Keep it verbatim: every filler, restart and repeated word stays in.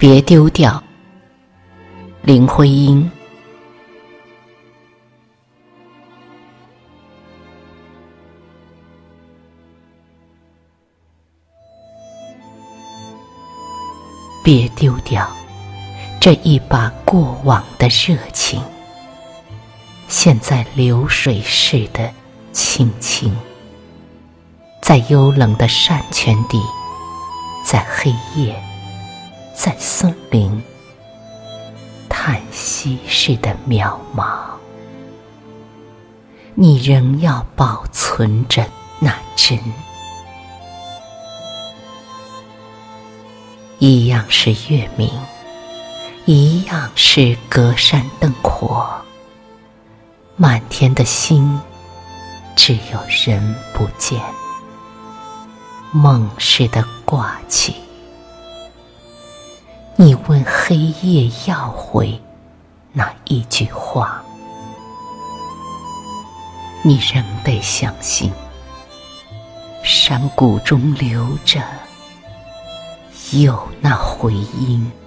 别丢掉。林徽因。别丢掉这一把过往的热情，现在流水似的轻轻，在幽冷的山泉底，在黑夜，在森林，叹息似的渺茫。你仍要保存着那真，一样是月明，一样是隔山灯火，满天的星，只有人不见，梦似的挂起。你问黑夜要回那一句话，你仍得相信，山谷中留着有那回音。